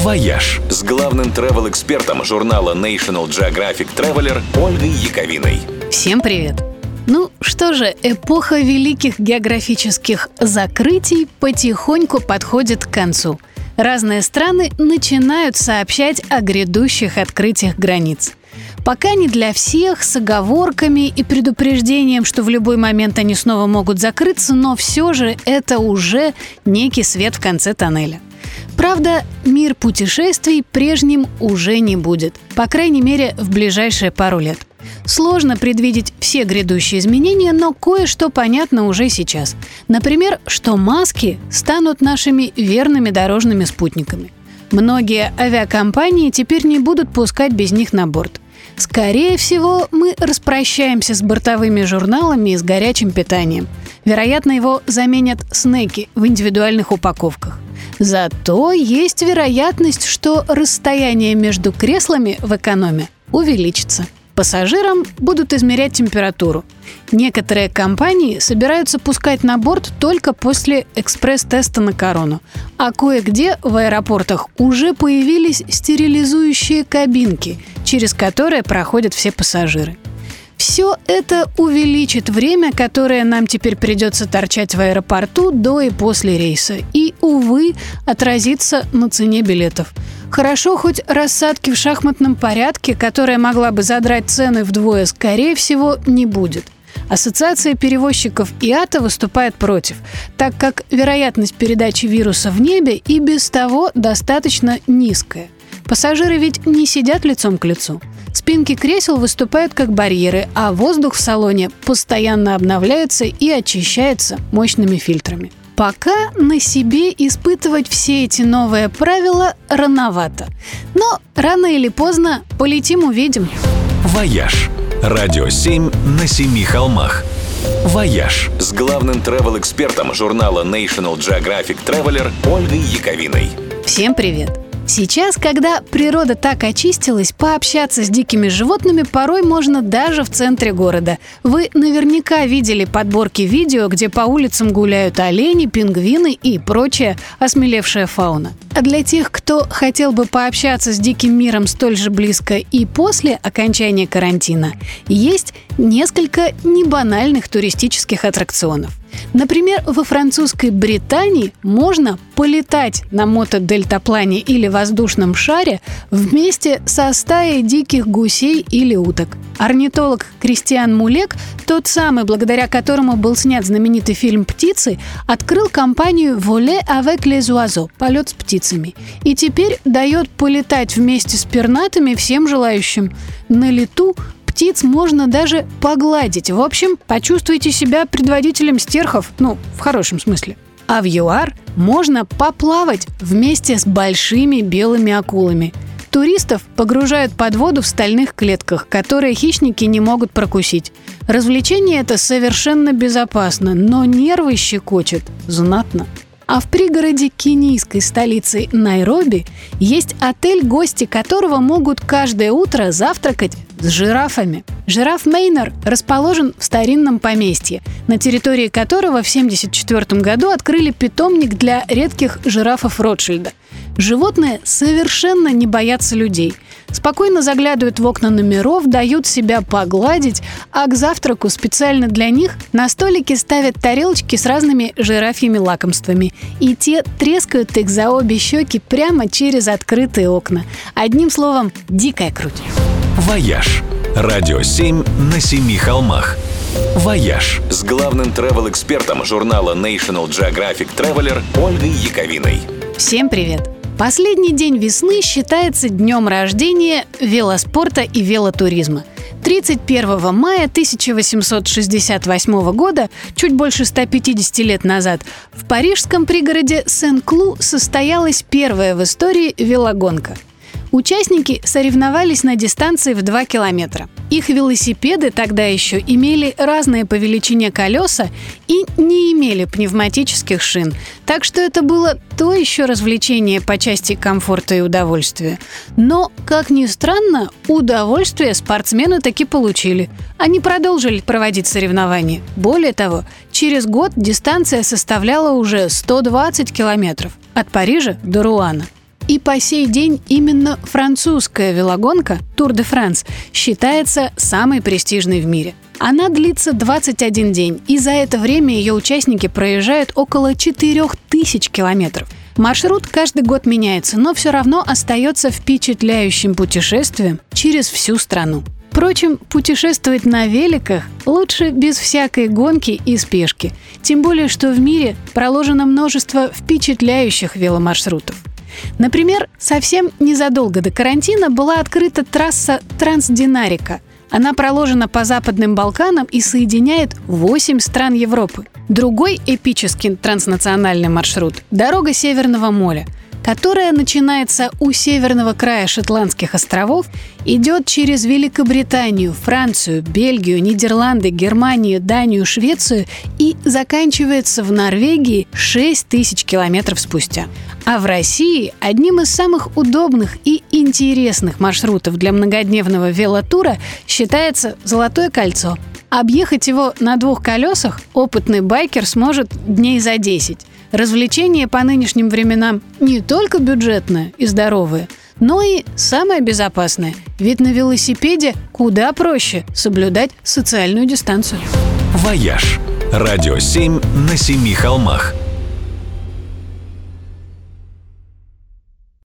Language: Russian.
«Вояж» с главным travel-экспертом журнала National Geographic Traveler Ольгой Яковиной. Всем привет! Ну что же, эпоха великих географических закрытий потихоньку подходит к концу. Разные страны начинают сообщать о грядущих открытиях границ. Пока не для всех, с оговорками и предупреждением, что в любой момент они снова могут закрыться, но все же это уже некий свет в конце тоннеля. Правда, мир путешествий прежним уже не будет, по крайней мере, в ближайшие пару лет. Сложно предвидеть все грядущие изменения, но кое-что понятно уже сейчас. Например, что маски станут нашими верными дорожными спутниками. Многие авиакомпании теперь не будут пускать без них на борт. Скорее всего, мы распрощаемся с бортовыми журналами и с горячим питанием. Вероятно, его заменят снеки в индивидуальных упаковках. Зато есть вероятность, что расстояние между креслами в экономе увеличится. Пассажирам будут измерять температуру. Некоторые компании собираются пускать на борт только после экспресс-теста на корону, а кое-где в аэропортах уже появились стерилизующие кабинки, через которые проходят все пассажиры. Все это увеличит время, которое нам теперь придется торчать в аэропорту до и после рейса, и, увы, отразится на цене билетов. Хорошо, хоть рассадки в шахматном порядке, которая могла бы задрать цены вдвое, скорее всего, не будет. Ассоциация перевозчиков ИАТА выступает против, так как вероятность передачи вируса в небе и без того достаточно низкая. Пассажиры ведь не сидят лицом к лицу. Спинки кресел выступают как барьеры, а воздух в салоне постоянно обновляется и очищается мощными фильтрами. Пока на себе испытывать все эти новые правила рановато. Но рано или поздно полетим, увидим. «Вояж» – радио 7 на 7 холмах. «Вояж» с главным travel-экспертом журнала National Geographic Traveler Ольгой Яковиной. Всем привет! Сейчас, когда природа так очистилась, пообщаться с дикими животными порой можно даже в центре города. Вы наверняка видели подборки видео, где по улицам гуляют олени, пингвины и прочая осмелевшая фауна. А для тех, кто хотел бы пообщаться с диким миром столь же близко и после окончания карантина, есть несколько небанальных туристических аттракционов. Например, во французской Британии можно полетать на мотодельтаплане или воздушном шаре вместе со стаей диких гусей или уток. Орнитолог Кристиан Мулек, тот самый, благодаря которому был снят знаменитый фильм «Птицы», открыл компанию «Voler avec les oiseaux» – «Полет с птицами». И теперь дает полетать вместе с пернатыми всем желающим. На лету птиц можно даже погладить. В общем, почувствуйте себя предводителем стерхов, в хорошем смысле. А в ЮАР можно поплавать вместе с большими белыми акулами. Туристов погружают под воду в стальных клетках, которые хищники не могут прокусить. Развлечение это совершенно безопасно, но нервы щекочет знатно. А в пригороде кенийской столицы Найроби есть отель, гости которого могут каждое утро завтракать с жирафами. Жираф Мейнер расположен в старинном поместье, на территории которого в 1974 году открыли питомник для редких жирафов Ротшильда. Животные совершенно не боятся людей. Спокойно заглядывают в окна номеров, дают себя погладить, а к завтраку специально для них на столике ставят тарелочки с разными жирафьими лакомствами. И те трескают их за обе щеки прямо через открытые окна. Одним словом, дикая круть. «Вояж» – радио 7 на 7 холмах. «Вояж» с главным travel-экспертом журнала National Geographic Traveler Ольгой Яковиной. Всем привет! Последний день весны считается днем рождения велоспорта и велотуризма. 31 мая 1868 года, чуть больше 150 лет назад, в парижском пригороде Сен-Клу состоялась первая в истории велогонка. Участники соревновались на дистанции в 2 километра. Их велосипеды тогда еще имели разные по величине колеса и не имели пневматических шин. Так что это было то еще развлечение по части комфорта и удовольствия. Но, как ни странно, удовольствие спортсмены таки получили. Они продолжили проводить соревнования. Более того, через год дистанция составляла уже 120 километров от Парижа до Руана. И по сей день именно французская велогонка Тур де Франс считается самой престижной в мире. Она длится 21 день, и за это время ее участники проезжают около 4000 километров. Маршрут каждый год меняется, но все равно остается впечатляющим путешествием через всю страну. Впрочем, путешествовать на великах лучше без всякой гонки и спешки. Тем более, что в мире проложено множество впечатляющих веломаршрутов. Например, совсем незадолго до карантина была открыта трасса Трансдинарика. Она проложена по Западным Балканам и соединяет 8 стран Европы. Другой эпический транснациональный маршрут – дорога Северного моря, которая начинается у северного края Шотландских островов, идет через Великобританию, Францию, Бельгию, Нидерланды, Германию, Данию, Швецию и заканчивается в Норвегии 6000 километров спустя. А в России одним из самых удобных и интересных маршрутов для многодневного велотура считается Золотое кольцо. Объехать его на 2 колесах опытный байкер сможет дней за 10. Развлечение по нынешним временам не только бюджетное и здоровое, но и самое безопасное. Ведь на велосипеде куда проще соблюдать социальную дистанцию. «Вояж». Радио 7 на 7 холмах.